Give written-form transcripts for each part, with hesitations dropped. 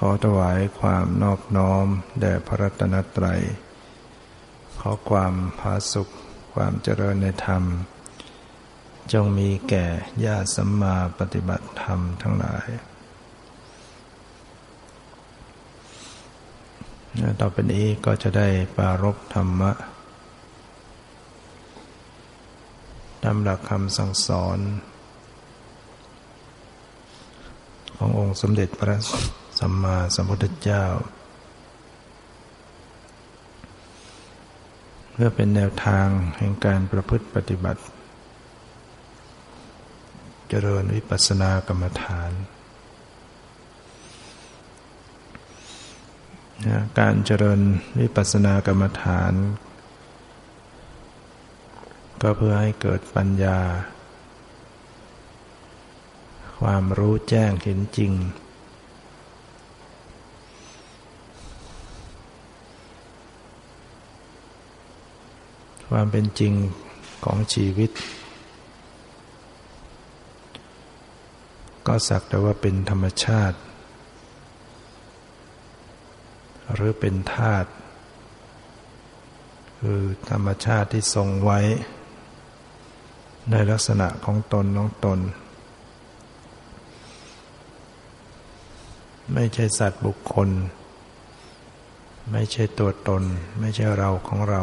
ขอถวายความนอบน้อมแด่พระรัตนตรัยขอความผาสุกความเจริญในธรรมจงมีแก่ญาติสัมมาปฏิบัติธรรมทั้งหลายต่อไปนี้ก็จะได้ปรารภธรรมะตามหลักคำสั่งสอนขององค์สมเด็จพระสัมมาสัมพุทธเจ้าเพื่อเป็นแนวทางแห่งการประพฤติปฏิบัติเจริญวิปัสสนากรรมฐานการเจริญวิปัสสนากรรมฐานก็เพื่อให้เกิดปัญญาความรู้แจ้งเห็นจริงความเป็นจริงของชีวิตก็สักแต่ว่าเป็นธรรมชาติหรือเป็นธาตุคือธรรมชาติที่ทรงไว้ในลักษณะของตนของตนไม่ใช่สัตว์บุคคลไม่ใช่ตัวตนไม่ใช่เราของเรา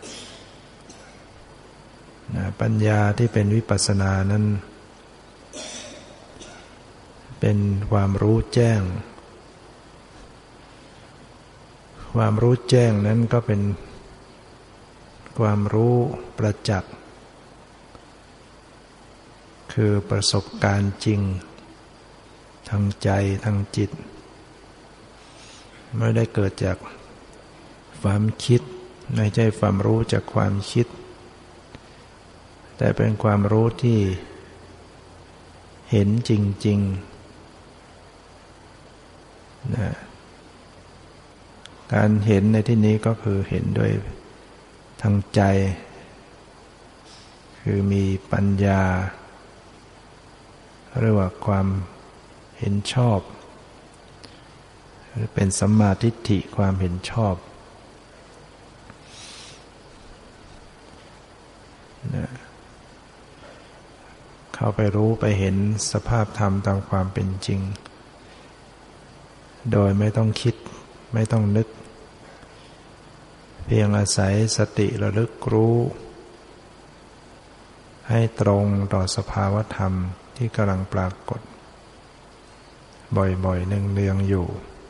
ปัญญาที่เป็นวิปัสสนานั้นเป็นความรู้แจ้งความรู้แจ้งนั้นก็เป็นความรู้ประจักษ์คือประสบการณ์จริงทางใจทางจิตไม่ได้เกิดจากความคิดไม่ใช่ความรู้จากความคิดแต่เป็นความรู้ที่เห็นจริงๆนะการเห็นในที่นี้ก็คือเห็นด้วยทางใจคือมีปัญญาเรียกว่าความเห็นชอบหรือเป็นสัมมาทิฏฐิความเห็นชอบนะเข้าไปรู้ไปเห็นสภาพธรรมตามความเป็นจริงโดยไม่ต้องคิดไม่ต้องนึกเพียงอาศัยสติระลึกรู้ให้ตรงต่อสภาวธรรมที่กำลังปรากฏบ่อยๆเนืองๆอยู่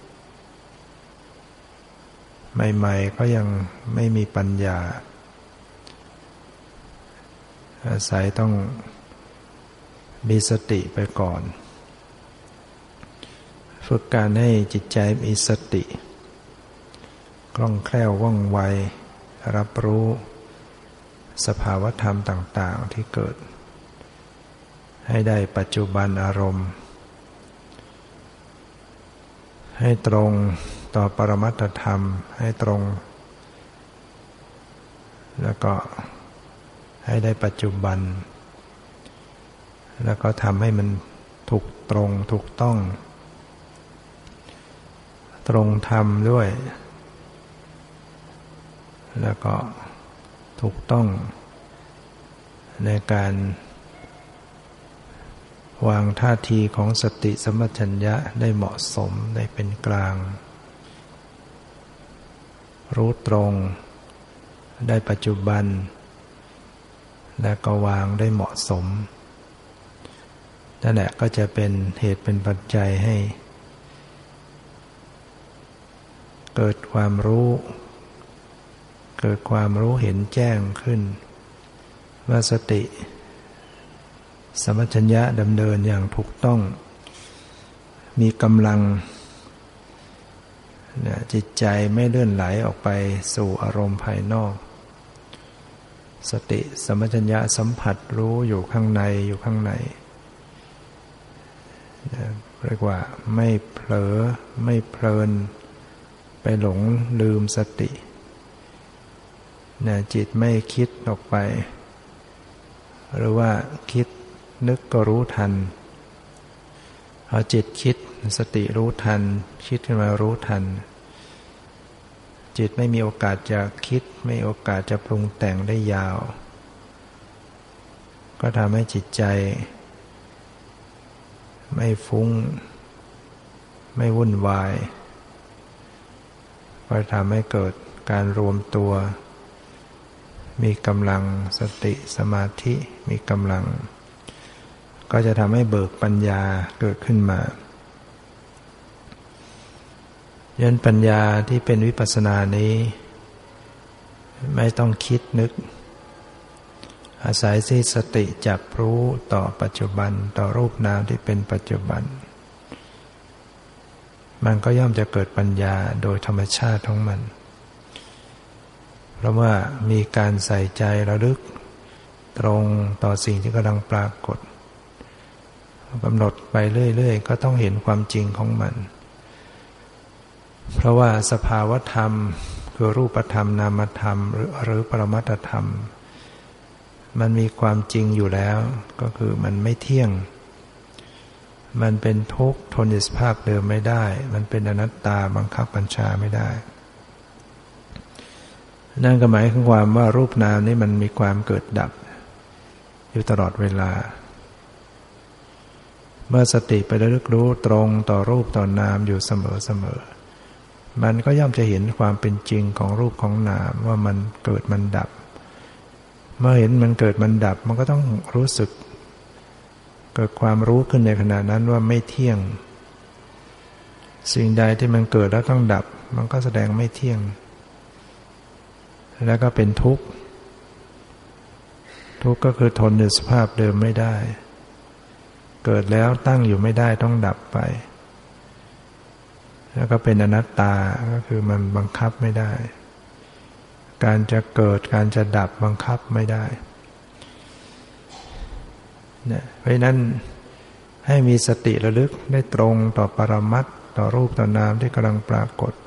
ใหม่ๆก็ยังไม่มีปัญญาอาศัยต้องมีสติไปก่อนฝึกการให้จิตใจมีสติคล่องแคล่วว่องไวรับรู้สภาวธรรมต่างๆที่เกิดให้ได้ปัจจุบันอารมณ์ให้ตรงต่อปรมัตถธรรมให้ตรงแล้วก็ให้ได้ปัจจุบันแล้วก็ทำให้มันถูกตรงถูกต้องตรงธรรมด้วยแล้วก็ถูกต้องในการวางท่าทีของสติสัมปชัญญะได้เหมาะสมได้เป็นกลางรู้ตรงได้ปัจจุบันและก็วางได้เหมาะสมนั่นแหละก็จะเป็นเหตุเป็นปัจจัยให้เกิดความรู้เห็นแจ้งขึ้นว่าสติสัมปชัญญะดำเนินอย่างถูกต้องมีกำลังจิตใจไม่เลื่อนไหลออกไปสู่อารมณ์ภายนอกสติสัมปชัญญะสัมผัสรู้อยู่ข้างในเรียกว่าไม่เผลอไม่เพลินไปหลงลืมสติจิตไม่คิดออกไปหรือว่าคิดนึกก็รู้ทันพอจิตคิดสติรู้ทันคิดขึ้นมารู้ทันจิตไม่มีโอกาสจะคิดไม่มีโอกาสจะปรุงแต่งได้ยาวก็ทำให้จิตใจไม่ฟุ้งไม่วุ่นวายก็ทำให้เกิดการรวมตัวมีกำลังสติสมาธิมีกำลังก็จะทำให้เบิกปัญญาเกิดขึ้นมายันปัญญาที่เป็นวิปัสสนานี้ไม่ต้องคิดนึกอาศัยสติจับรู้ต่อปัจจุบันต่อรูปนามที่เป็นปัจจุบันมันก็ย่อมจะเกิดปัญญาโดยธรรมชาติของมันเพราะว่ามีการใส่ใจระลึกตรงต่อสิ่งที่กำลังปรากฏกำหนดไปเรื่อยๆก็ต้องเห็นความจริงของมันเพราะว่าสภาวธรรมคือรูปธรรมนามธรรมหรือปรมัตถธรรมมันมีความจริงอยู่แล้วก็คือมันไม่เที่ยงมันเป็นทุกข์ทนอยู่สภาพเดิมไม่ได้มันเป็นอนัตตาบังคับบัญชาไม่ได้นั่นก็หมายถึงความว่ารูปนามนี้มันมีความเกิดดับอยู่ตลอดเวลาเมื่อสติไประลึกรู้ตรงต่อรูปต่อนามอยู่เสมอมันก็ย่อมจะเห็นความเป็นจริงของรูปของนามว่ามันเกิดมันดับเมื่อเห็นมันเกิดมันดับมันก็ต้องรู้สึกเกิดความรู้ขึ้นในขณะนั้นว่าไม่เที่ยงสิ่งใดที่มันเกิดแล้วต้องดับมันก็แสดงไม่เที่ยงแล้วก็เป็นทุกข์ทุกข์ก็คือทนอยู่สภาพเดิมไม่ได้เกิดแล้วตั้งอยู่ไม่ได้ต้องดับไปแล้วก็เป็นอนัตตาก็คือมันบังคับไม่ได้การจะเกิดการจะดับบังคับไม่ได้เนี่ยเพราะนั้นให้มีสติระลึกได้ตรงต่อปรมัตถ์ต่อรูปต่อนามที่กำลังปรากฏ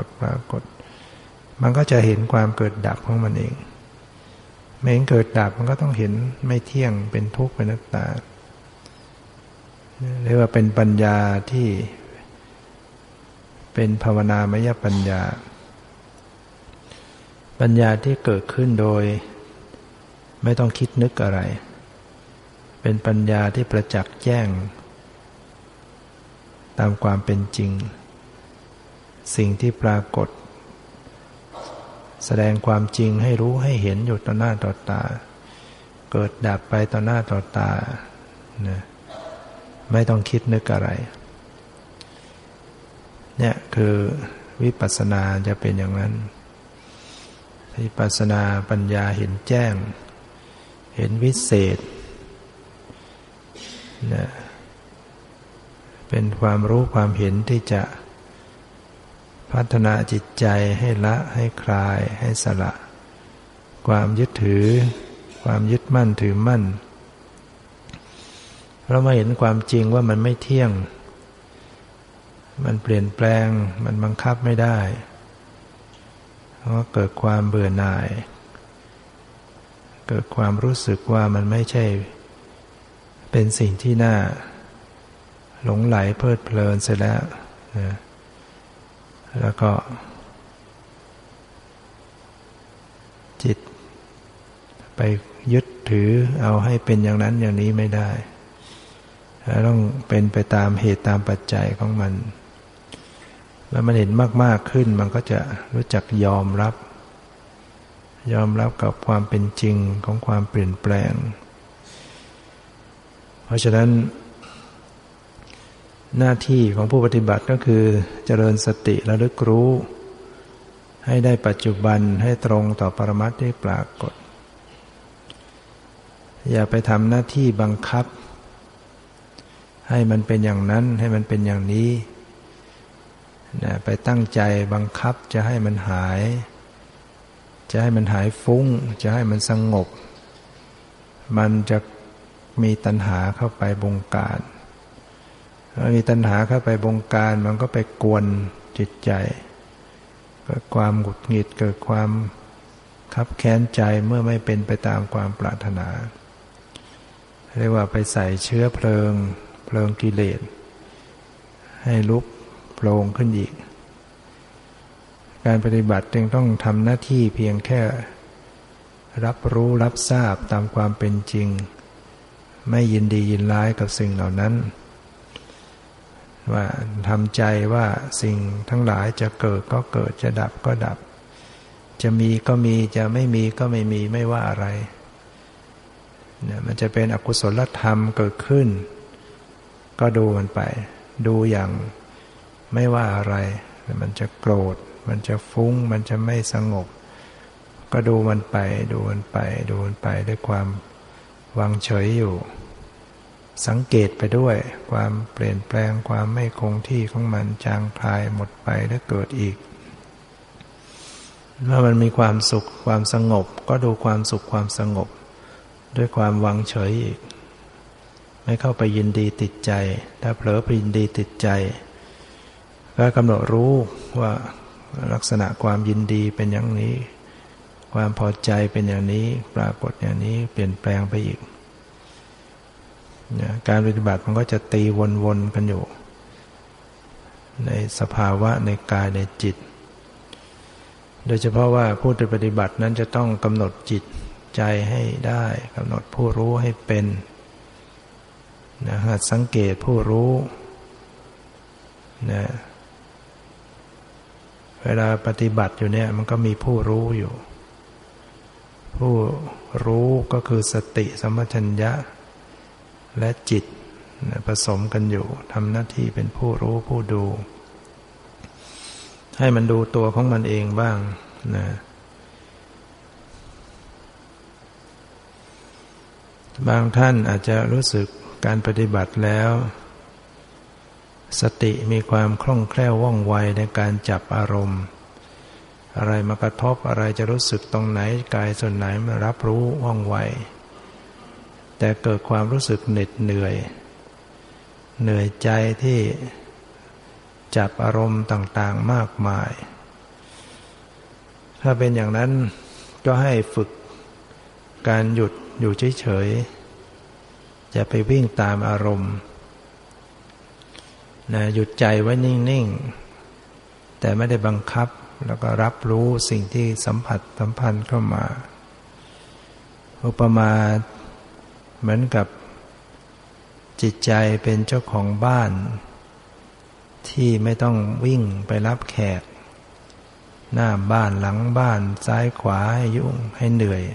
มันก็จะเห็นความเกิดดับของมันเองไม่เห็นเกิดดับมันก็ต้องเห็นไม่เที่ยงเป็นทุกข์เป็นอนัตตาเรียกว่าเป็นปัญญาที่เป็นภาวนามยปัญญาปัญญาที่เกิดขึ้นโดยไม่ต้องคิดนึกอะไรเป็นปัญญาที่ประจักษ์แจ้งตามความเป็นจริงสิ่งที่ปรากฏแสดงความจริงให้รู้ให้เห็นอยู่ต่อหน้าต่อตาเกิดดับไปต่อหน้าต่อตานะไม่ต้องคิดนึกอะไรเนี่ยคือวิปัสสนาจะเป็นอย่างนั้นวิปัสสนาปัญญาเห็นแจ้งเห็นวิเศษนะเป็นความรู้ความเห็นที่จะพัฒนาจิตใจให้ละให้คลายให้สละความยึดถือความยึดมั่นถือมั่นเรามาเห็นความจริงว่ามันไม่เที่ยงมันเปลี่ยนแปลงมันบังคับไม่ได้เพราะเกิดความเบื่อหน่ายเกิดความรู้สึกว่ามันไม่ใช่เป็นสิ่งที่น่าหลงไหลเพลิดเพลินเสร็จแล้วนะแล้วก็จิตไปยึดถือเอาให้เป็นอย่างนั้นอย่างนี้ไม่ได้ต้องเป็นไปตามเหตุตามปัจจัยของมันแล้วมันเห็นมากๆขึ้นมันก็จะรู้จักยอมรับกับความเป็นจริงของความเปลี่ยนแปลงเพราะฉะนั้นหน้าที่ของผู้ปฏิบัติก็คือเจริญสติระลึกรู้ให้ได้ปัจจุบันให้ตรงต่อปรมัตถ์ที่ปรากฏอย่าไปทำหน้าที่บังคับให้มันเป็นอย่างนั้นให้มันเป็นอย่างนี้ไปตั้งใจบังคับจะให้มันหายฟุ้งจะให้มันสงบมันจะมีตัณหาเข้าไปบงการมีตัณหาเข้าไปบงการมันก็ไปกวนจิตใจเกิดความหงุดหงิดเกิดความคับแค้นใจเมื่อไม่เป็นไปตามความปรารถนาเรียกว่าไปใส่เชื้อเพลิงกิเลสให้ลุกโผล่ขึ้นอีกการปฏิบัติจึงต้องทำหน้าที่เพียงแค่รับรู้รับทราบตามความเป็นจริงไม่ยินดียินร้ายกับสิ่งเหล่านั้นว่าทำใจว่าสิ่งทั้งหลายจะเกิดก็เกิดจะดับก็ดับจะมีก็มีจะไม่มีก็ไม่มีไม่ว่าอะไรเนี่ยมันจะเป็นอกุศลธรรมเกิดขึ้นก็ดูมันไปดูอย่างไม่ว่าอะไรมันจะโกรธมันจะฟุ้งมันจะไม่สงบก็ดูมันไปดูมันไปดูมันไปด้วยความวางเฉยอยู่สังเกตไปด้วยความเปลี่ยนแปลงความไม่คงที่ของมันจางคลายหมดไปแล้วเกิดอีกเมื่อมันมีความสุขความสงบก็ดูความสุขความสงบด้วยความวางเฉยอีกไม่เข้าไปยินดีติดใจถ้าเผลอไปยินดีติดใจก็กำหนดรู้ว่าลักษณะความยินดีเป็นอย่างนี้ความพอใจเป็นอย่างนี้ปรากฏอย่างนี้เปลี่ยนแปลงไปอีกการปฏิบัติมันก็จะตีวนๆกันอยู่ในสภาวะในกายในจิตโดยเฉพาะว่าผู้ปฏิบัตินั้นจะต้องกำหนดจิตใจให้ได้กำหนดผู้รู้ให้เป็นหัดสังเกตผู้รู้นะเวลาปฏิบัติอยู่เนี่ยมันก็มีผู้รู้อยู่ผู้รู้ก็คือสติสัมปชัญญะและจิตผสมกันอยู่ทำหน้าที่เป็นผู้รู้ผู้ดูให้มันดูตัวของมันเองบ้างนะบางท่านอาจจะรู้สึกการปฏิบัติแล้วสติมีความคล่องแคล่วว่องไวในการจับอารมณ์อะไรมากระทบอะไรจะรู้สึกตรงไหนกายส่วนไหนมารับรู้ว่องไวแต่เกิดความรู้สึกเหน็ดเหนื่อยใจที่จับอารมณ์ต่างๆมากมายถ้าเป็นอย่างนั้นก็ให้ฝึกการหยุดอยู่เฉยๆอย่าไปวิ่งตามอารมณ์นะหยุดใจไว้นิ่งๆแต่ไม่ได้บังคับแล้วก็รับรู้สิ่งที่สัมพันธ์เข้ามาอุปมาเหมือนกับจิตใจเป็นเจ้าของบ้านที่ไม่ต้องวิ่งไปรับแขกหน้าบ้านหลังบ้านซ้ายขวาให้ยุ่งให้เหนื่อย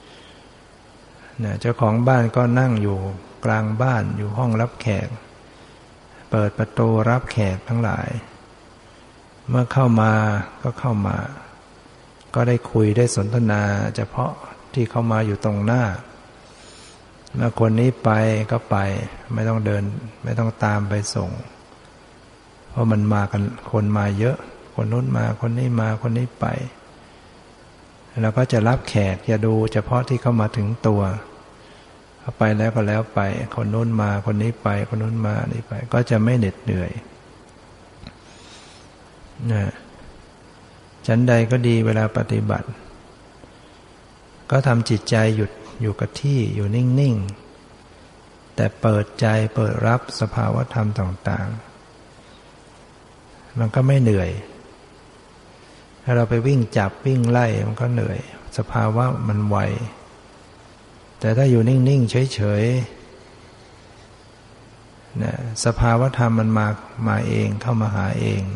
เจ้าของบ้านก็นั่งอยู่กลางบ้านอยู่ห้องรับแขกเปิดประตูรับแขกทั้งหลายเมื่อเข้ามาก็ได้คุยได้สนทนาเฉพาะที่เข้ามาอยู่ตรงหน้าเมื่อคนนี้ไปก็ไปไม่ต้องเดินไม่ต้องตามไปส่งเพราะมันมากันคนมาเยอะคนนู้นมาคนนี้มาคนนี้ไปเราก็จะรับแขกอย่าดูเฉพาะที่เข้ามาถึงตัวเข้าไปแล้วก็แล้วไปคนนู้นมาคนนี้ไปคนนู้นมานี่ไปก็จะไม่เหน็ดเหนื่อยชั้นใดก็ดีเวลาปฏิบัติก็ทำจิตใจหยุดอยู่กับที่อยู่นิ่งๆแต่เปิดใจเปิดรับสภาวะธรรมต่างๆมันก็ไม่เหนื่อยถ้าเราไปวิ่งจับวิ่งไล่มันก็เหนื่อยสภาวะมันไวแต่ถ้าอยู่นิ่งๆเฉยๆนะสภาวะธรรมมันมาเองเข้ามาหาเอง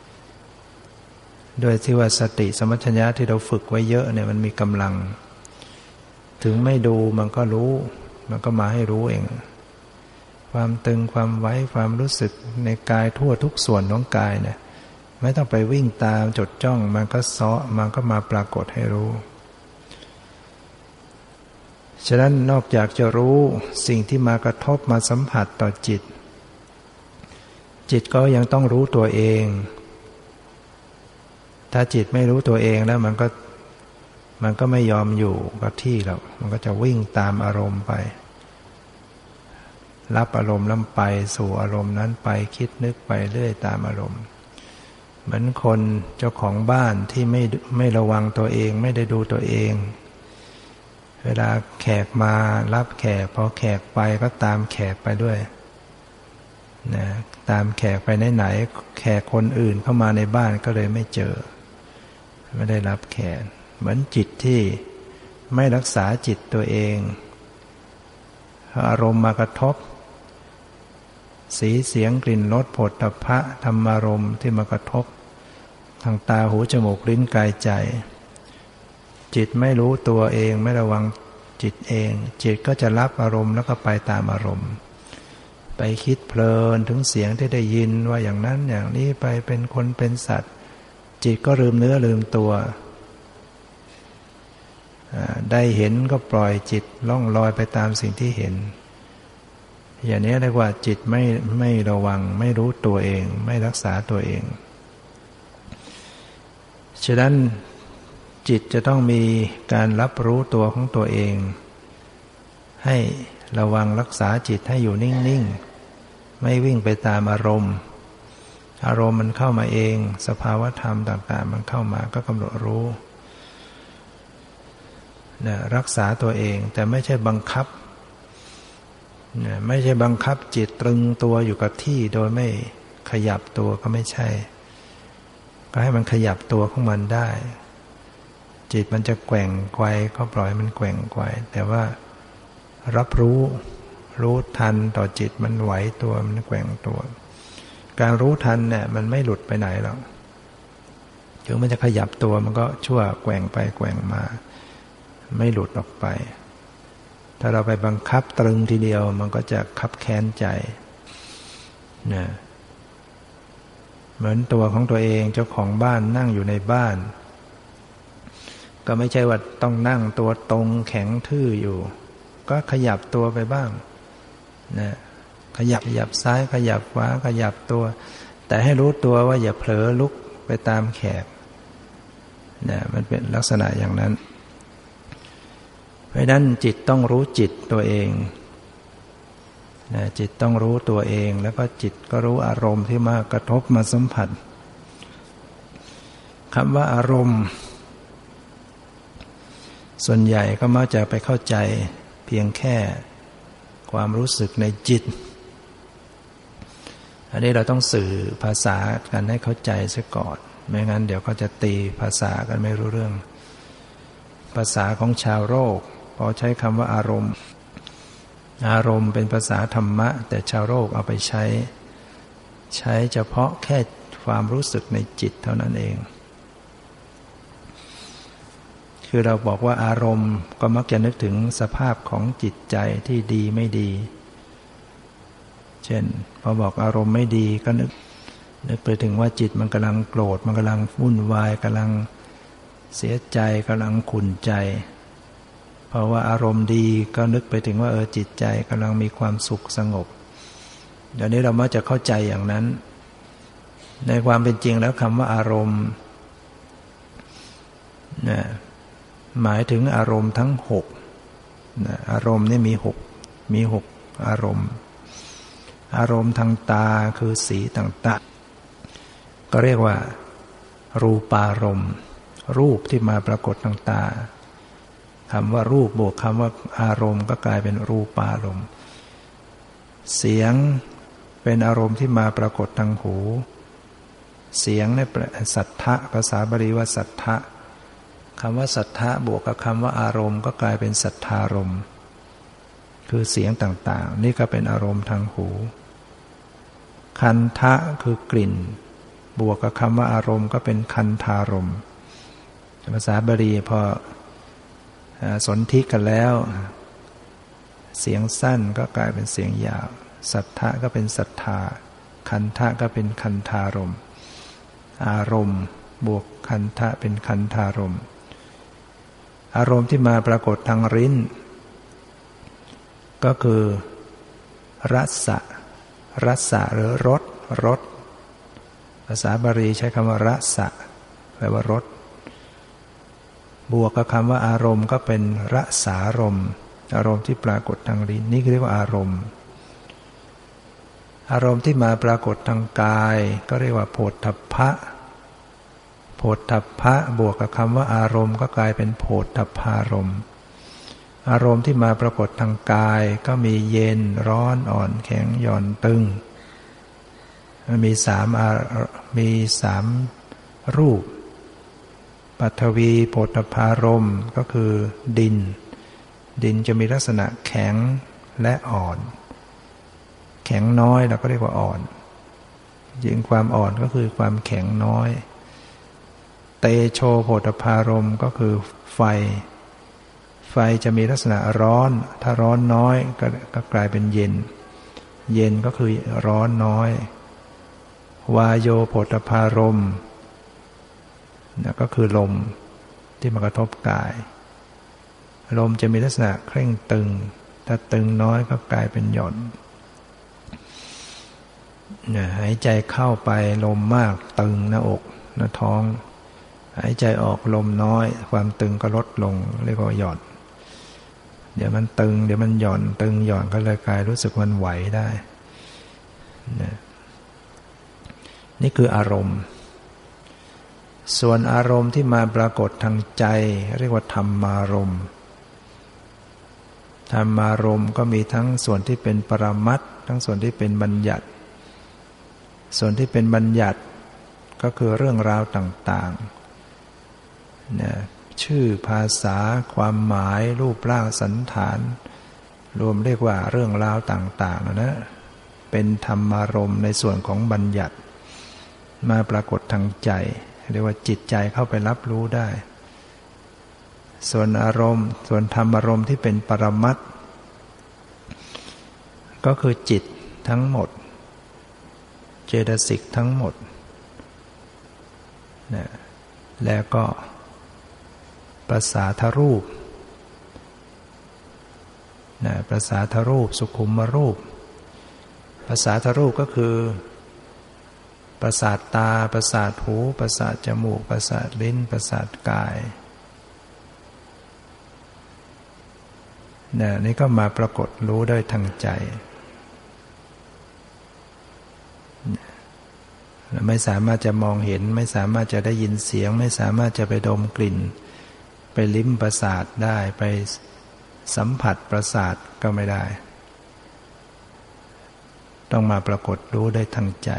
โดยที่ว่าสติสัมปชัญญะที่เราฝึกไว้เยอะเนี่ยมันมีกำลังถึงไม่ดูมันก็รู้มันก็มาให้รู้เองความตึงความไว้ความรู้สึกในกายทั่วทุกส่วนของกายเนี่ยไม่ต้องไปวิ่งตามจดจ้องมันก็ซ้อมันก็มาปรากฏให้รู้ฉะนั้นนอกจากจะรู้สิ่งที่มากระทบมาสัมผัสต่อจิตก็ยังต้องรู้ตัวเองถ้าจิตไม่รู้ตัวเองแล้วมันก็ไม่ยอมอยู่กับที่หรอกมันก็จะวิ่งตามอารมณ์ไปรับอารมณ์แล้วไปสู่อารมณ์นั้นไปคิดนึกไปเรื่อยตามอารมณ์เหมือนคนเจ้าของบ้านที่ไม่ระวังตัวเองไม่ได้ดูตัวเองเวลาแขกมารับแขกพอแขกไปก็ตามแขกไปด้วยนะตามแขกไปไหนๆแขกคนอื่นเข้ามาในบ้านก็เลยไม่เจอไม่ได้รับแขกเหมือนจิตที่ไม่รักษาจิตตัวเองอารมณ์มากระทบสีเสียงกลิ่นรสโผฏฐัพพะธรรมารมณ์ที่มากระทบทางตาหูจมูกลิ้นกายใจจิตไม่รู้ตัวเองไม่ระวังจิตเองจิตก็จะรับอารมณ์แล้วก็ไปตามอารมณ์ไปคิดเพลินถึงเสียงที่ได้ยินว่าอย่างนั้นอย่างนี้ไปเป็นคนเป็นสัตว์จิตก็ลืมเนื้อลืมตัวได้เห็นก็ปล่อยจิตล่องลอยไปตามสิ่งที่เห็นอย่างนี้เรียกว่าจิตไม่ระวังไม่รู้ตัวเองไม่รักษาตัวเองฉะนั้นจิตจะต้องมีการรับรู้ตัวของตัวเองให้ระวังรักษาจิตให้อยู่นิ่งๆไม่วิ่งไปตามอารมณ์มันเข้ามาเองสภาวะธรรมต่างๆมันเข้ามาก็กำหนดรู้รักษาตัวเองแต่ไม่ใช่บังคับไม่ใช่บังคับจิตตรึงตัวอยู่กับที่โดยไม่ขยับตัวก็ไม่ใช่ก็ให้มันขยับตัวของมันได้จิตมันจะแกว่งไกวก็ปล่อยมันแกว่งไกวแต่ว่ารับรู้ทันต่อจิตมันไหวตัวมันแกว่งตัวการรู้ทันเนี่ยมันไม่หลุดไปไหนหรอกถึงมันจะขยับตัวมันก็ชั่วแกว่งไปแกว่งมาไม่หลุดออกไปถ้าเราไปบังคับตรึงทีเดียวมันก็จะคับแค้นใจนะเหมือนตัวของตัวเองเจ้าของบ้านนั่งอยู่ในบ้านก็ไม่ใช่ว่าต้องนั่งตัวตรงแข็งทื่ออยู่ก็ขยับตัวไปบ้างนะขยับซ้ายขยับขวาขยับตัวแต่ให้รู้ตัวว่าอย่าเผลอลุกไปตามแขกนะมันเป็นลักษณะอย่างนั้นเพราะนั้นจิตต้องรู้จิตตัวเองนะจิตต้องรู้ตัวเองแล้วก็จิตก็รู้อารมณ์ที่มากระทบมาสัมผัสคำว่าอารมณ์ส่วนใหญ่ก็มักจะไปเข้าใจเพียงแค่ความรู้สึกในจิตอันนี้เราต้องสื่อภาษากันให้เข้าใจซะก่อนไม่งั้นเดี๋ยวก็จะตีภาษากันไม่รู้เรื่องภาษาของชาวโลกพอใช้คำว่าอารมณ์เป็นภาษาธรรมะแต่ชาวโลกเอาไปใช้เฉพาะแค่ความรู้สึกในจิตเท่านั้นเองคือเราบอกว่าอารมณ์ก็มักจะนึกถึงสภาพของจิตใจที่ดีไม่ดีเช่นพอบอกอารมณ์ไม่ดีก็นึกไปถึงว่าจิตมันกำลังโกรธมันกำลังวุ่นวายกำลังเสียใจกำลังขุ่นใจเพราะว่าอารมณ์ดีก็นึกไปถึงว่าจิตใจกำลังมีความสุขสงบเดี๋ยวนี้เรามักจะเข้าใจอย่างนั้นในความเป็นจริงแล้วคำว่าอารมณ์นะหมายถึงอารมณ์ทั้งหกนะอารมณ์นี่มีหกอารมณ์ทางตาคือสีต่างๆก็เรียกว่ารูปารมณ์รูปที่มาปรากฏทางตาคำว่ารูปบวกคำว่าอารมณ์ก็กลายเป็นรูปารมณ์เสียงเป็นอารมณ์ที่มาปรากฏทางหูเสียงนี่แปลสัทธะภาษาบาลีว่าสัทธะคำว่าสัทธะบวกกับคำว่าอารมณ์ก็กลายเป็นสัทธารมณ์คือเสียงต่างๆนี่ก็เป็นอารมณ์ทางหูคันทะคือกลิ่นบวกกับคำว่าอารมณ์ก็เป็นคันธารมณ์ภาษาบาลีพอสนธิกันแล้วเสียงสั้นก็กลายเป็นเสียงยาวสัทธะก็เป็นสัทธาคันทะก็เป็นคันธารมณ์อารมณ์บวกคันทะเป็นคันธารมณ์อารมณ์ที่มาปรากฏทางลิ้นก็คือรสหรือรสภาษาบาลีใช้คำว่ารสแปลว่ารสบวกกับคำว่าอารมณ์ก็เป็นรสารมณ์อารมณ์ที่ปรากฏทางลิ้นนี่เรียกว่าอารมณ์ที่มาปรากฏทางกายก็เรียกว่าโผฏฐัพพะบวกกับคำว่าอารมณ์ก็กลายเป็นโผฏฐัพพารมณ์อารมณ์ที่มาปรากฏทางกายก็มีเย็นร้อนอ่อนแข็งหย่อนตึงมันมีสามรูปปฐวีโผฏฐารมณ์ก็คือดินจะมีลักษณะแข็งและอ่อนแข็งน้อยเราก็เรียกว่าอ่อนยิ่งความอ่อนก็คือความแข็งน้อยเตโชโผฏฐารมณ์ก็คือไฟจะมีลักษณะร้อนถ้าร้อนน้อยก็กลายเป็นเย็นก็คือร้อนน้อยวาโยโผฏฐารมณ์ก็คือลมที่มากระทบกายลมจะมีลักษณะเคร่งตึงถ้าตึงน้อยก็กลายเป็นหย่อนหายใจเข้าไปลมมากตึงหน้าอกหน้าท้องหายใจออกลมน้อยความตึงก็ลดลงเรียกว่าหย่อนเดี๋ยวมันตึงเดี๋ยวมันหย่อนตึงหย่อนก็เลยกลายรู้สึกมันไหวได้นี่คืออารมณ์ส่วนอารมณ์ที่มาปรากฏทางใจเรียกว่าธรรมารมณ์ธรรมารมณ์ก็มีทั้งส่วนที่เป็นปรมัตถ์ทั้งส่วนที่เป็นบัญญัติส่วนที่เป็นบัญญัติก็คือเรื่องราวต่างๆชื่อภาษาความหมายรูปร่างสันฐานรวมเรียกว่าเรื่องราวต่างๆนะเป็นธรรมารมณ์ในส่วนของบัญญัติมาปรากฏทางใจเรียกว่าจิตใจเข้าไปรับรู้ได้ส่วนอารมณ์ส่วนธรรมอารมณ์ที่เป็นปรมัตถ์ก็คือจิตทั้งหมดเจตสิกทั้งหมดแล้วก็ประสาทรูปประสาทรูปสุขุมรูปประสาทรูปก็คือประสาทตาประสาทหูประสาทจมูกประสาทลิ้นประสาทกายนี่ก็มาปรากฏรู้ได้ทางใจไม่สามารถจะมองเห็นไม่สามารถจะได้ยินเสียงไม่สามารถจะไปดมกลิ่นไปลิ้มประสาทได้ไปสัมผัสประสาทก็ไม่ได้ต้องมาปรากฏรู้ได้ทางใจ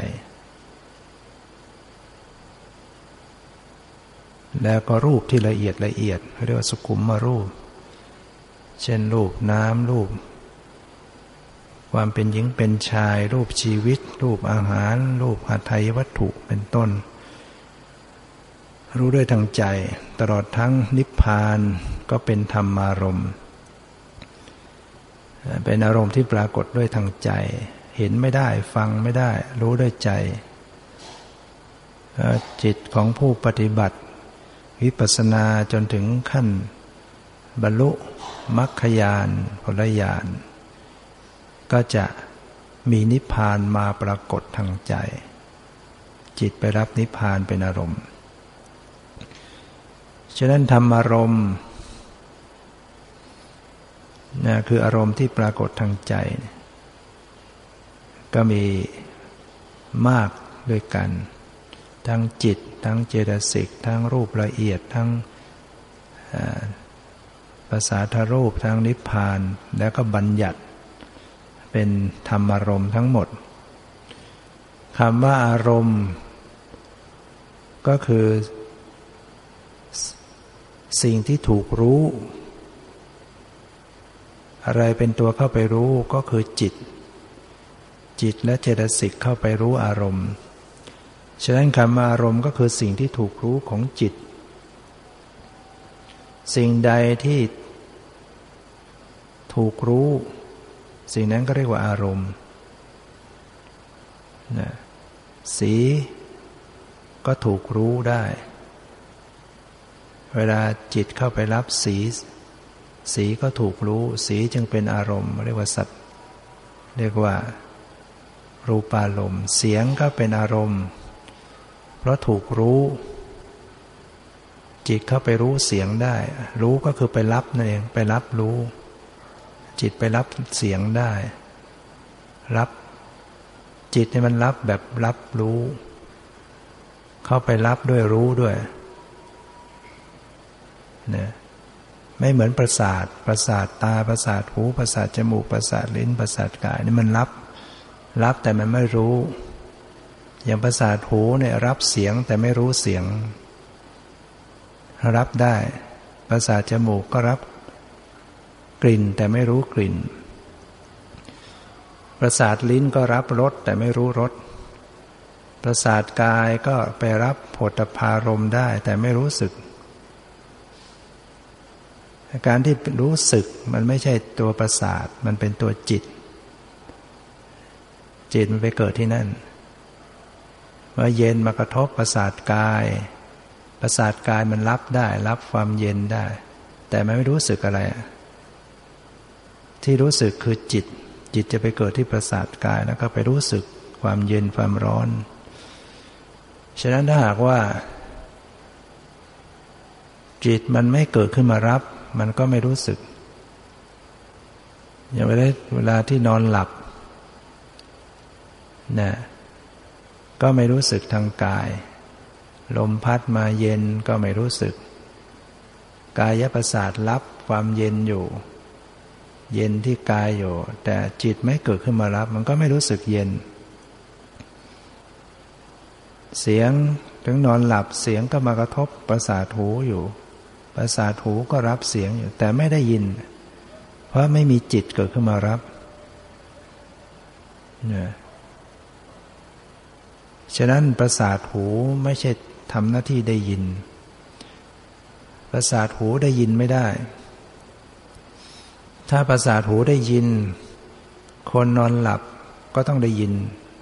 แล้วก็รูปที่ละเอียดเรียกว่าสุขุมรูปเช่นรูปน้ำรูปความเป็นหญิงเป็นชายรูปชีวิตรูปอาหารรูปหทัยวัตถุเป็นต้นรู้ด้วยทางใจตลอดทั้งนิพพานก็เป็นธรรมารมณ์เป็นอารมณ์ที่ปรากฏด้วยทางใจเห็นไม่ได้ฟังไม่ได้รู้ด้วยใจจิตของผู้ปฏิบัติวิปัสสนาจนถึงขั้นบรรลุมรรคญาณผลญาณก็จะมีนิพพานมาปรากฏทางใจจิตไปรับนิพพานเป็นอารมณ์ฉะนั้นธรรมารมณ์คืออารมณ์ที่ปรากฏทางใจก็มีมากด้วยกันทั้งจิตทั้งเจตสิกทั้งรูปละเอียดทั้งประสาทรูปทั้งนิพพานแล้วก็บัญญัติเป็นธรรมารมณ์ทั้งหมดคำว่าอารมณ์ก็คือสิ่งที่ถูกรู้อะไรเป็นตัวเข้าไปรู้ก็คือจิตและเจตสิกเข้าไปรู้อารมณ์ฉะนั้นคำว่าอารมณ์ก็คือสิ่งที่ถูกรู้ของจิตสิ่งใดที่ถูกรู้สิ่งนั้นก็เรียกว่าอารมณ์สีก็ถูกรู้ได้เวลาจิตเข้าไปรับสีก็ถูกรู้สีจึงเป็นอารมณ์เรียกว่าสัตว์เรียกว่ารูปารมณ์เสียงก็เป็นอารมณ์เพราะถูกรู้จิตเข้าไปรู้เสียงได้รู้ก็คือไปรับนั่นเองไปรับรู้จิตไปรับเสียงได้รับจิตเนี่ยมันรับแบบรับรู้เข้าไปรับด้วยรู้ด้วยเนี่ยไม่เหมือนประสาทตาประสาทหูประสาทจมูกประสาทลิ้นประสาทกายนี่มันรับแต่มันไม่รู้อย่างประสาทหูเนี่ยรับเสียงแต่ไม่รู้เสียงรับได้ประสาทจมูกก็รับกลิ่นแต่ไม่รู้กลิ่นประสาทลิ้นก็รับรสแต่ไม่รู้รสประสาทกายก็ไปรับโผฏฐัพพารมณ์ได้แต่ไม่รู้สึกการที่รู้สึกมันไม่ใช่ตัวประสาทมันเป็นตัวจิตมันไปเกิดที่นั่นเมื่อเย็นมากระทบประสาทกายมันรับได้รับความเย็นได้แต่มันไม่รู้สึกอะไรที่รู้สึกคือจิตจะไปเกิดที่ประสาทกายแล้วก็ไปรู้สึกความเย็นความร้อนฉะนั้นถ้าหากว่าจิตมันไม่เกิดขึ้นมารับมันก็ไม่รู้สึกอย่างเวลาที่นอนหลับนะก็ไม่รู้สึกทางกายลมพัดมาเย็นก็ไม่รู้สึกกายประสาทรับความเย็นอยู่เย็นที่กายอยู่แต่จิตไม่เกิดขึ้นมารับมันก็ไม่รู้สึกเย็นเสียงถึงนอนหลับเสียงก็มากระทบประสาทหูอยู่ประสาทหูก็รับเสียงอยู่แต่ไม่ได้ยินเพราะไม่มีจิตเกิดขึ้นมารับเนี่ยฉะนั้นประสาทหูไม่ใช่ทำหน้าที่ได้ยินประสาทหูได้ยินไม่ได้ถ้าประสาทหูได้ยินคนนอนหลับก็ต้องได้ยิน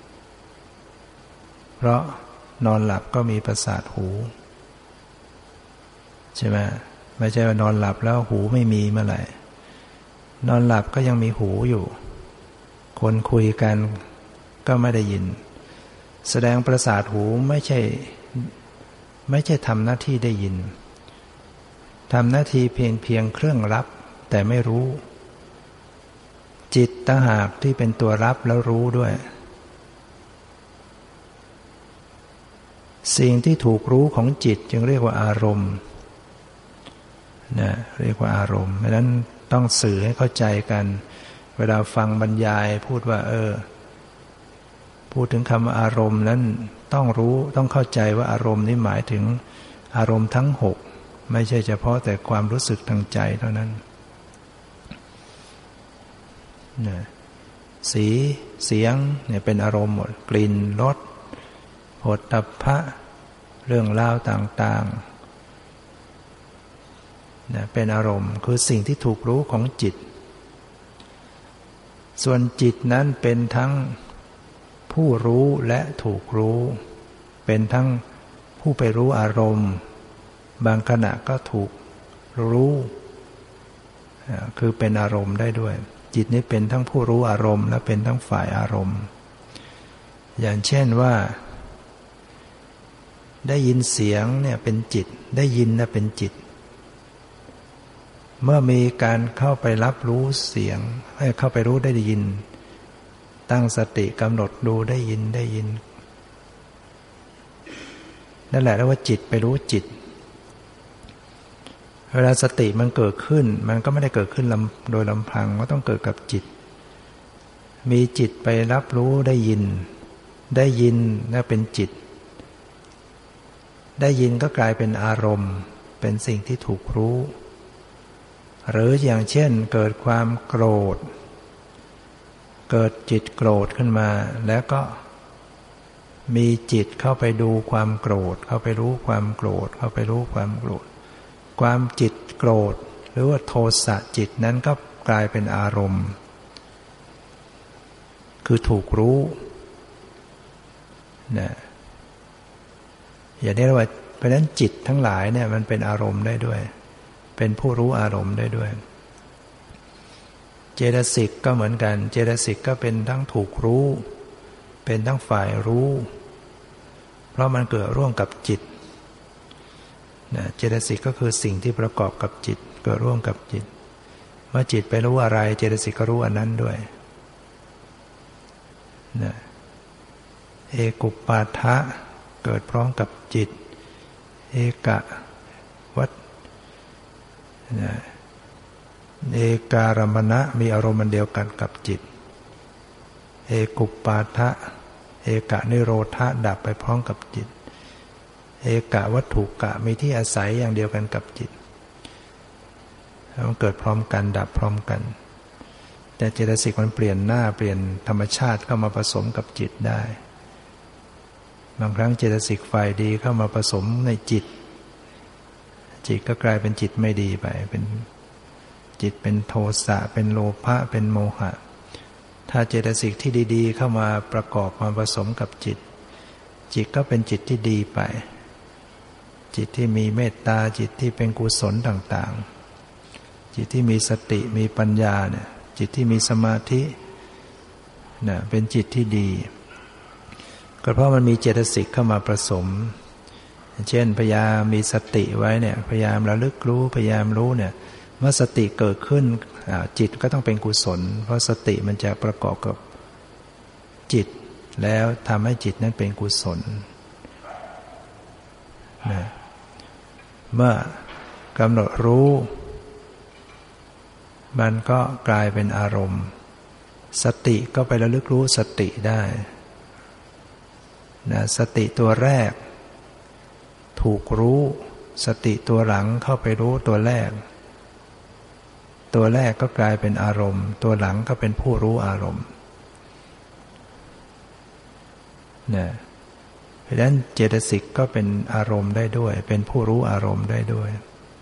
เพราะนอนหลับก็มีประสาทหูใช่ไหมไม่ใช่ว่านอนหลับแล้วหูไม่มีเมื่อไหร่นอนหลับก็ยังมีหูอยู่คนคุยกันก็ไม่ได้ยินแสดงประสาทหูไม่ใช่ทำหน้าที่ได้ยินทำหน้าที่เพียงเครื่องรับแต่ไม่รู้จิตต่างหากที่เป็นตัวรับแล้วรู้ด้วยสิ่งที่ถูกรู้ของจิตจึงเรียกว่าอารมณ์นะเรียกว่าอารมณ์เพราะฉะนั้นต้องสื่อให้เข้าใจกันเวลาฟังบรรยายพูดว่าพูดถึงคำว่าอารมณ์นั้นต้องรู้ต้องเข้าใจว่าอารมณ์นี้หมายถึงอารมณ์ทั้ง6ไม่ใช่เฉพาะแต่ความรู้สึกทางใจเท่านั้นสีเสียงเนี่ยเป็นอารมณ์หมดกลิ่นรสโผฏฐัพพะเรื่องราวต่างๆเนี่ยเป็นอารมณ์คือสิ่งที่ถูกรู้ของจิตส่วนจิตนั้นเป็นทั้งผู้รู้และถูกรู้เป็นทั้งผู้ไปรู้อารมณ์บางขณะก็ถูกรู้คือเป็นอารมณ์ได้ด้วยจิตนี้เป็นทั้งผู้รู้อารมณ์และเป็นทั้งฝ่ายอารมณ์อย่างเช่นว่าได้ยินเสียงเนี่ยเป็นจิตได้ยินนะเป็นจิตเมื่อมีการเข้าไปรับรู้เสียงให้เข้าไปรู้ได้ยินตั้งสติกำหนดดูได้ยินนั่นแหละเรียกว่าจิตไปรู้จิตเวลาสติมันเกิดขึ้นมันก็ไม่ได้เกิดขึ้นโดยลำพังก็ต้องเกิดกับจิตมีจิตไปรับรู้ได้ยินนั่นเป็นจิตได้ยินก็กลายเป็นอารมณ์เป็นสิ่งที่ถูกรู้หรืออย่างเช่นเกิดความโกรธเกิดจิตโกรธขึ้นมาแล้วก็มีจิตเข้าไปดูความโกรธเข้าไปรู้ความโกรธเข้าไปรู้ความโกรธความจิตโกรธหรือว่าโทสะจิตนั้นก็กลายเป็นอารมณ์คือถูกรู้นะอย่างนี้เรียกว่าเพราะฉะนั้นจิตทั้งหลายเนี่ยมันเป็นอารมณ์ได้ด้วยเป็นผู้รู้อารมณ์ได้ด้วยเจตสิกก็เหมือนกันเจตสิกก็เป็นทั้งถูกรู้เป็นทั้งฝ่ายรู้เพราะมันเกิดร่วมกับจิตเจตสิกก็คือสิ่งที่ประกอบกับจิตเกิดร่วมกับจิตเมื่อจิตไปรู้อะไรเจตสิกก็รู้อันนั้นด้วยเอกุปปาทะเกิดพร้อมกับจิตเอกวัฏเอการมณะมีอารมณ์เดียวกันกับจิตเอกุปปาทะเอกะนิโรธะดับไปพร้อมกับจิตเอกะวัตถุกะมีที่อาศัยอย่างเดียวกันกับจิตมันเกิดพร้อมกันดับพร้อมกันแต่เจตสิกมันเปลี่ยนหน้าเปลี่ยนธรรมชาติเข้ามาผสมกับจิตได้บางครั้งเจตสิกฝ่ายดีเข้ามาผสมในจิตก็กลายเป็นจิตไม่ดีไปเป็นจิตเป็นโทสะเป็นโลภะเป็นโมหะถ้าเจตสิกที่ดีๆเข้ามาประกอบมาผสมกับจิตก็เป็นจิตที่ดีไปจิตที่มีเมตตาจิตที่เป็นกุศลต่างๆจิตที่มีสติมีปัญญาเนี่ยจิตที่มีสมาธิเนี่ยเป็นจิตที่ดีก็เพราะมันมีเจตสิกเข้ามาผสมเช่นพยายามมีสติไว้เนี่ยพยายามระลึกรู้พยายามรู้เนี่ยเมื่อสติเกิดขึ้นจิตก็ต้องเป็นกุศลเพราะสติมันจะประกอบกับจิตแล้วทำให้จิตนั้นเป็นกุศลนะเมื่อกำหนดรู้มันก็กลายเป็นอารมณ์สติก็ไประลึกรู้สติได้นะสติตัวแรกถูกรู้สติตัวหลังเข้าไปรู้ตัวแรกก็กลายเป็นอารมณ์ตัวหลังก็เป็นผู้รู้อารมณ์นะเพราะฉะนั้นเจตสิกก็เป็นอารมณ์ได้ด้วยเป็นผู้รู้อารมณ์ได้ด้วย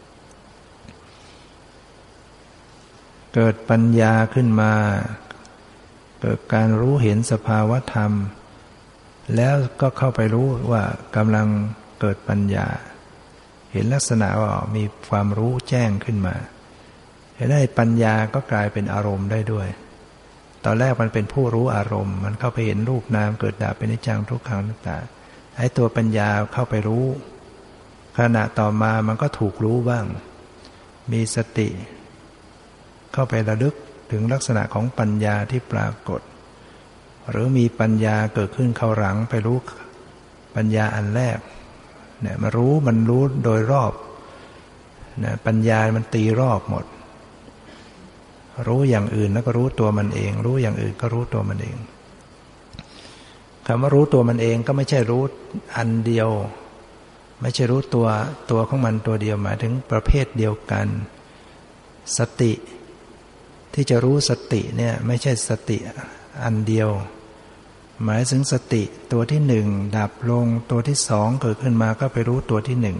เกิดปัญญาขึ้นมาเกิดการรู้เห็นสภาวะธรรมแล้วก็เข้าไปรู้ว่ากำลังเกิดปัญญาเห็นลักษณะว่ามีความรู้แจ้งขึ้นมาเห็นได้ปัญญาก็กลายเป็นอารมณ์ได้ด้วยตอนแรกมันเป็นผู้รู้อารมณ์มันเข้าไปเห็นรูปนามเกิดดับเป็นอนิจจังทุกขังอนัตตาไอ้ตัวปัญญาเข้าไปรู้ขณะต่อมามันก็ถูกรู้บ้างมีสติเข้าไประลึกถึงลักษณะของปัญญาที่ปรากฏหรือมีปัญญาเกิดขึ้นเข้าหลังไปรู้ปัญญาอันแรกเนี่ยมันรู้โดยรอบนะปัญญามันตีรอบหมดรู้อย่างอื่นแล้วก็รู้ตัวมันเองรู้อย่างอื่นก็รู้ตัวมันเองคำว่ารู้ตัวมันเองก็ไม่ใช่รู้อันเดียวไม่ใช่รู้ตัวของมันตัวเดียวหมายถึงประเภทเดียวกันสติที่จะรู้สติเนี่ยไม่ใช่สติอันเดียวหมายถึงสติตัวที่หนึ่งดับลงตัวที่สองเกิดขึ้นมาก็ไปรู้ตัวที่หนึ่ง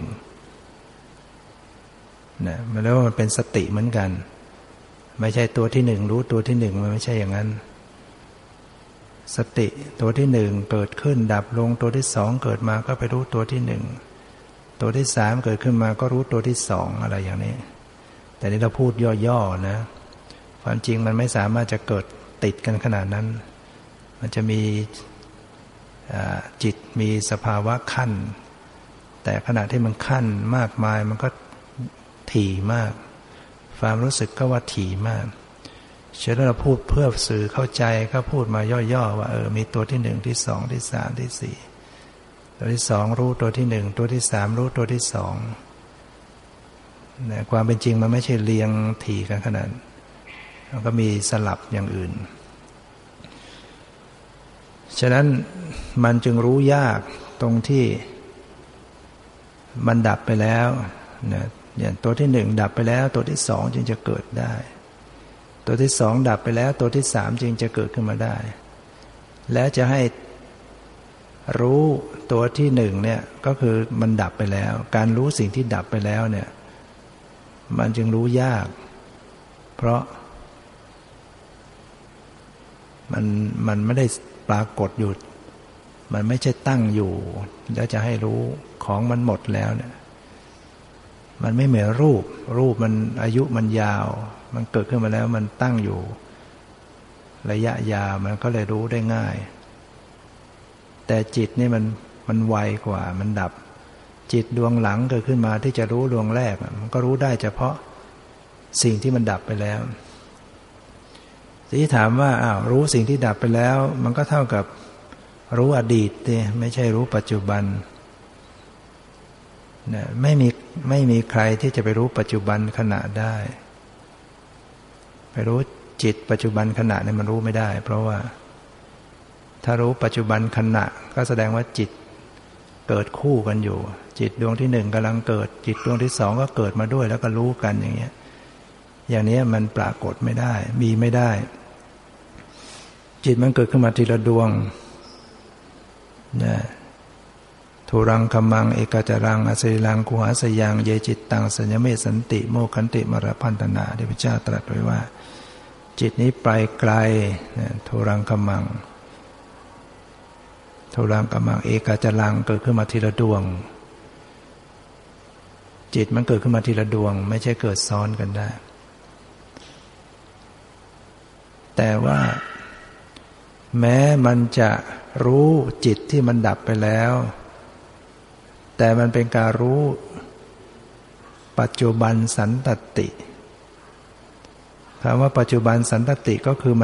นะมันแล้วมันเป็นสติเหมือนกันไม่ใช่ตัวที่หนึ่งรู้ตัวที่หนึ่งมันไม่ใช่อย่างนั้นสติตัวที่หนึ่งเกิดขึ้นดับลงตัวที่สองเกิดมาก็ไปรู้ตัวที่หนึ่งตัวที่สามเกิดขึ้นมาก็รู้ตัวที่สองอะไรอย่างนี้แต่นี่เราพูดย่อๆนะความจริงมันไม่สามารถจะเกิดติดกันขนาดนั้นมันจะมีจิตมีสภาวะขั้นแต่ขณะที่มันขั้นมากมายมันก็ถี่มากความรู้สึกก็ว่าถี่มากเช่นเราพูดเพื่อสื่อเข้าใจก็พูดมาย่อๆว่ามีตัวที่หนึ่งที่สองที่สามที่สี่ตัวที่สองรู้ตัวที่หนึ่งตัวที่สามรู้ตัวที่สองแต่ความเป็นจริงมันไม่ใช่เรียงถี่กันขนาดมันก็มีสลับอย่างอื่นฉะนั้นมันจึงรู้ยากตรงที่มันดับไปแล้วนะอย่างตัวที่หนึ่งดับไปแล้วตัวที่สองจึงจะเกิดได้ตัวที่สองดับไปแล้วตัวที่สามจึงจะเกิดขึ้นมาได้และจะให้รู้ตัวที่หนึ่งเนี่ยก็คือมันดับไปแล้วการรู้สิ่งที่ดับไปแล้วเนี่ยมันจึงรู้ยากเพราะมันไม่ได้ปรากฏอยู่มันไม่ใช่ตั้งอยู่แล้วจะให้รู้ของมันหมดแล้วเนี่ยมันไม่เหมือนรูปมันอายุมันยาวมันเกิดขึ้นมาแล้วมันตั้งอยู่ระยะยาวมันก็เลยรู้ได้ง่ายแต่จิตนี่มันไวกว่ามันดับจิตดวงหลังเกิดขึ้นมาที่จะรู้ดวงแรกมันก็รู้ได้เฉพาะสิ่งที่มันดับไปแล้วที่ถามว่ารู้สิ่งที่ดับไปแล้วมันก็เท่ากับรู้อดีตไม่ใช่รู้ปัจจุบันนะไม่มีใครที่จะไปรู้ปัจจุบันขณะได้ไปรู้จิตปัจจุบันขณะนี่มันรู้ไม่ได้เพราะว่าถ้ารู้ปัจจุบันขณะก็แสดงว่าจิตเกิดคู่กันอยู่จิตดวงที่หนึ่งกำลังเกิดจิตดวงที่สองก็เกิดมาด้วยแล้วก็รู้กันอย่างเงี้ยอย่างนี้มันปรากฏไม่ได้มีไม่ได้จิตมันเกิดขึ้นมาทีละดวงนะทุรังคัมมังเอกจรังอสิรังกุหาสยังเยจิตตังสัญญเมสันติโมขันติมรพันธนาที่พระเจ้าตรัสไว้ว่าจิตนี้ไปไกลทุรังคัมมังทุรังคัมมังเอกจรังเกิดขึ้นมาทีละดวงจิตมันเกิดขึ้นมาทีละดวงไม่ใช่เกิดซ้อนกันได้แต่ว่าแม้มันจะรู้จิตที่มันดับไปแล้วแต่มันเป็นการรู้ปัจจุบันสันตติคำว่าปัจจุบันสันตติก็คือ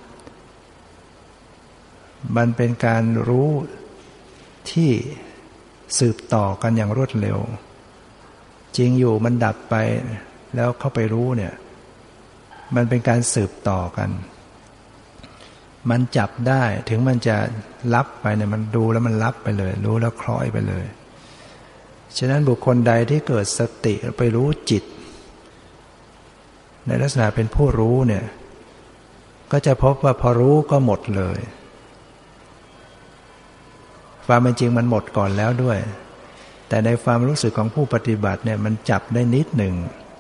มันเป็นการรู้ที่สืบต่อกันอย่างรวดเร็วจริงอยู่มันดับไปแล้วเข้าไปรู้เนี่ยมันเป็นการสืบต่อกันมันจับได้ถึงมันจะลับไปเนี่ยมันดูแล้วมันลับไปเลยรู้แล้วคล้อยไปเลยฉะนั้นบุคคลใดที่เกิดสติไปรู้จิตในลักษณะเป็นผู้รู้เนี่ยก็จะพบว่าพอรู้ก็หมดเลยความเป็นจริงมันหมดก่อนแล้วด้วยแต่ในความรู้สึกของผู้ปฏิบัติเนี่ยมันจับได้นิดหนึ่ง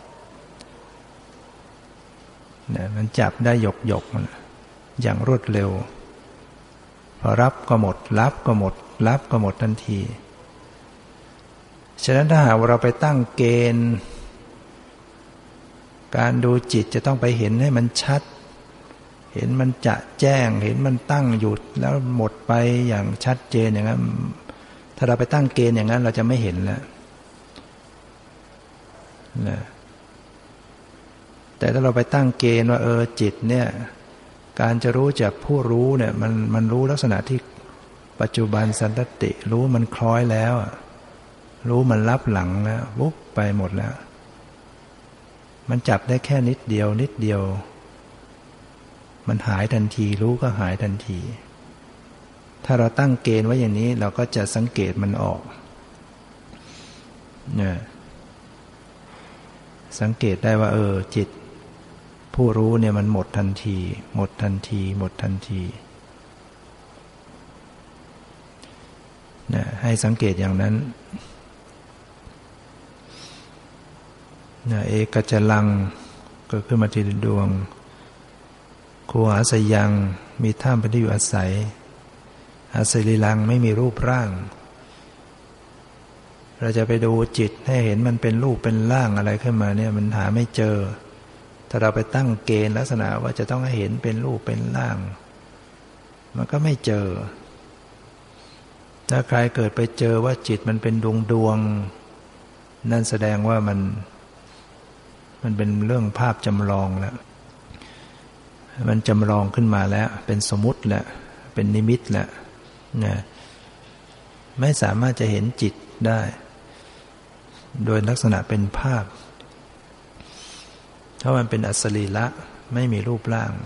เนี่ยมันจับได้หยกอย่างรวดเร็วพอรับก็หมดรับก็หมดรับก็หมดทันทีฉะนั้นถ้าหากเราไปตั้งเกณฑ์การดูจิตจะต้องไปเห็นให้มันชัดเห็นมันจะแจ้งเห็นมันตั้งหยุดแล้วหมดไปอย่างชัดเจนอย่างนั้นถ้าเราไปตั้งเกณฑ์อย่างนั้นเราจะไม่เห็นแล้วนะแต่ถ้าเราไปตั้งเกณฑ์ว่าจิตเนี่ยการจะรู้จากผู้รู้เนี่ยมันรู้ลักษณะที่ปัจจุบันสันตติรู้มันคล้อยแล้วรู้มันรับหลังแล้ววุบไปหมดแล้วมันจับได้แค่นิดเดียวมันหายทันทีรู้ก็หายทันทีถ้าเราตั้งเกณฑ์ไว้อย่างนี้เราก็จะสังเกตมันออกเนี่ยสังเกตได้ว่าจิตผู้รู้เนี่ยมันหมดทันทีหมดทันทีหมดทันทีเนี่ยให้สังเกตอย่างนั้นเอกจรังเกิดขึ้นมาทีละดวงคูหาสยังมีท่ามเป็นที่อยู่อาศัยอาศิริลังไม่มีรูปร่างเราจะไปดูจิตให้เห็นมันเป็นรูปเป็นร่างอะไรขึ้นมาเนี่ยมันหาไม่เจอถ้าเราไปตั้งเกณฑ์ลักษณะว่าจะต้องให้เห็นเป็นรูปเป็นร่างมันก็ไม่เจอถ้าใครเกิดไปเจอว่าจิตมันเป็นดวงนั่นแสดงว่ามันเป็นเรื่องภาพจำลองแล้วมันจำลองขึ้นมาแล้วเป็นสมมุติแล้วเป็นนิมิตแล้วนะไม่สามารถจะเห็นจิตได้โดยลักษณะเป็นภาพเพราะมันเป็นอสรีละไม่มีรูปร่าง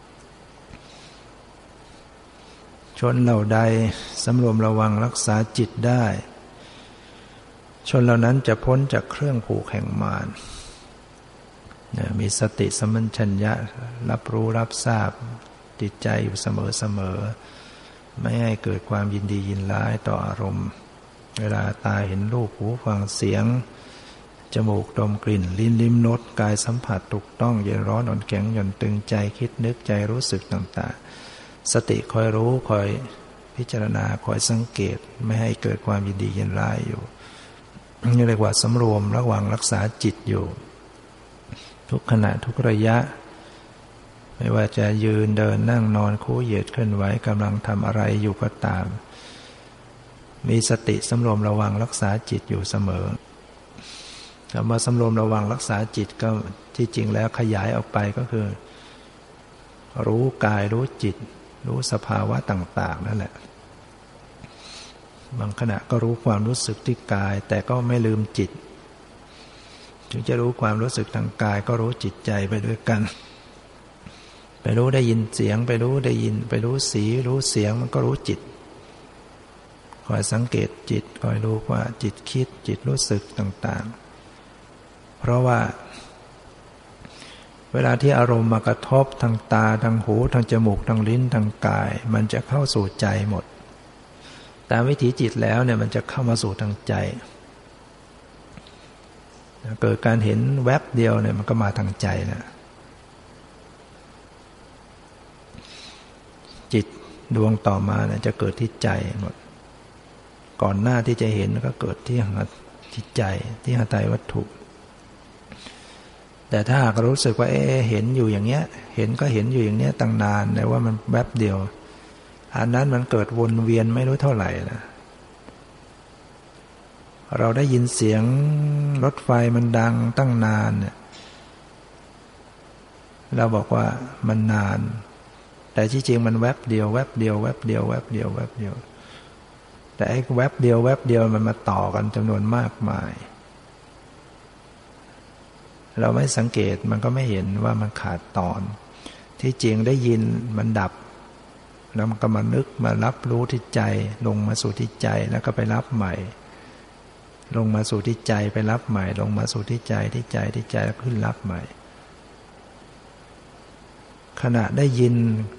ชนเหล่าใดสำรวมระวังรักษาจิตได้ชนเหล่านั้นจะพ้นจากเครื่องผูกแห่งมารมีสติสัมปชัญญะรับรู้รับทราบจิตใจอยู่เสมอไม่ให้เกิดความยินดียินร้ายต่ออารมณ์เวลาตาเห็นรูปหูฟังเสียงจมูกดมกลิ่นลิ้นลิ้มรสกายสัมผัสถูกต้องเย็นร้อนอ่อนแข็งหย่อนตึงใจคิดนึกใจรู้สึกต่างๆสติคอยรู้คอยพิจารณาคอยสังเกตไม่ให้เกิดความยินดียินร้ายอยู่นี่เรียกว่าสำรวมระวังรักษาจิตอยู่ทุกขณะทุกระยะไม่ว่าจะยืนเดินนั่งนอนคู่เหยียดเคลื่อนไหวกำลังทำอะไรอยู่ก็ตามมีสติสำรวมระวังรักษาจิตอยู่เสมอคำว่าสำรวมระวังรักษาจิตก็ที่จริงแล้วขยายออกไปก็คือรู้กายรู้จิตรู้สภาวะต่างๆนั่นแหละบางขณะก็รู้ความรู้สึกที่กายแต่ก็ไม่ลืมจิตถึงจะรู้ความรู้สึกทางกายก็รู้จิตใจไปด้วยกันไปรู้ได้ยินเสียงไปรู้ได้ยินไปรู้สีรู้เสียงมันก็รู้จิตคอยสังเกตจิตคอยรู้ว่าจิตคิดจิตรู้สึกต่างๆเพราะว่าเวลาที่อารมณ์มากระทบทางตาทางหูทางจมูกทางลิ้นทางกายมันจะเข้าสู่ใจหมดตามวิถีจิตแล้วเนี่ยมันจะเข้ามาสู่ทางใจเกิดการเห็นแวบเดียวเนี่ยมันก็มาทางใจนะจิตดวงต่อมาเนี่ยจะเกิดที่ใจหมดก่อนหน้าที่จะเห็นก็เกิดที่จิตใจที่หทัยวัตถุแต่ถ้าหากรู้สึกว่าเห็นอยู่อย่างเงี้ยเห็นก็เห็นอยู่อย่างเนี้ยตั้งนานแต่ว่ามันแวบเดียวอันนั้นมันเกิดวนเวียนไม่รู้เท่าไหร่นะเราได้ยินเสียงรถไฟมันดังตั้งนานเนี่ยเราบอกว่ามันนานแต่ที่จริงมันแวบเดียวแวบเดียวแวบเดียวแวบเดียวแวบเดียวแต่ไอ้แวบเดียวแวบเดียวมันมาต่อกันจำนวนมากมายเราไม่สังเกตมันก็ไม่เห็นว่ามันขาดตอนที่จริงได้ยินมันดับแล้วมันก็มานึกมารับรู้ที่ใจลงมาสู่ที่ใจแล้วก็ไปรับใหม่ลงมาสู่ที่ใจไปรับใหม่ลงมาสู่ที่ใจที่ใจที่ใจแล้วขึ้นรับใหม่ขณะได้ยิน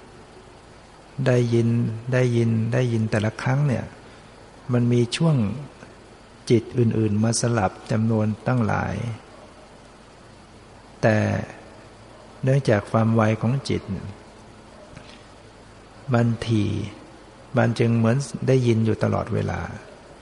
แต่ละครั้งเนี่ยมันมีช่วงจิตอื่นๆมาสลับจำนวนตั้งหลายแต่เนื่องจากความไวของจิตมันถี่มันจึงเหมือนได้ยินอยู่ตลอดเวลา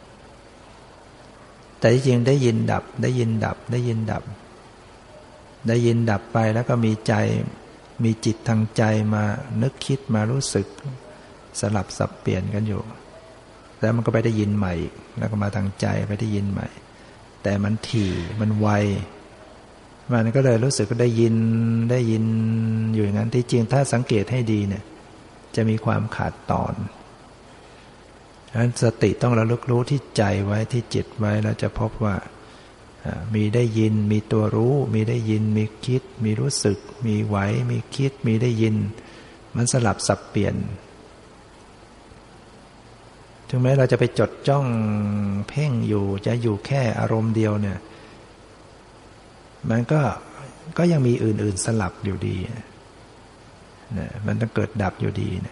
แต่จริงได้ยินดับได้ยินดับได้ยินดับได้ยินดับไปแล้วก็มีใจมีจิตทางใจมานึกคิดมารู้สึกสลับสับเปลี่ยนกันอยู่แล้วมันก็ไปได้ยินใหม่แล้วก็มาทางใจไปได้ยินใหม่แต่มันถี่มันไวมันก็เลยรู้สึกว่าได้ยินอยู่อย่างนั้นที่จริงถ้าสังเกตให้ดีเนี่ยจะมีความขาดตอนดังนั้นสติต้องระลึกรู้ที่ใจไว้ที่จิตไว้เราจะพบว่ามีได้ยินมีตัวรู้มีได้ยินมีคิดมีรู้สึกมีไหวมีคิดมีได้ยินมันสลับสับเปลี่ยนถึงแม้เราจะไปจดจ้องเพ่งอยู่จะอยู่แค่อารมณ์เดียวเนี่ยมันก็ยังมีอื่นๆสลับอยู่ดีนะมันต้องเกิดดับอยู่ดีนะ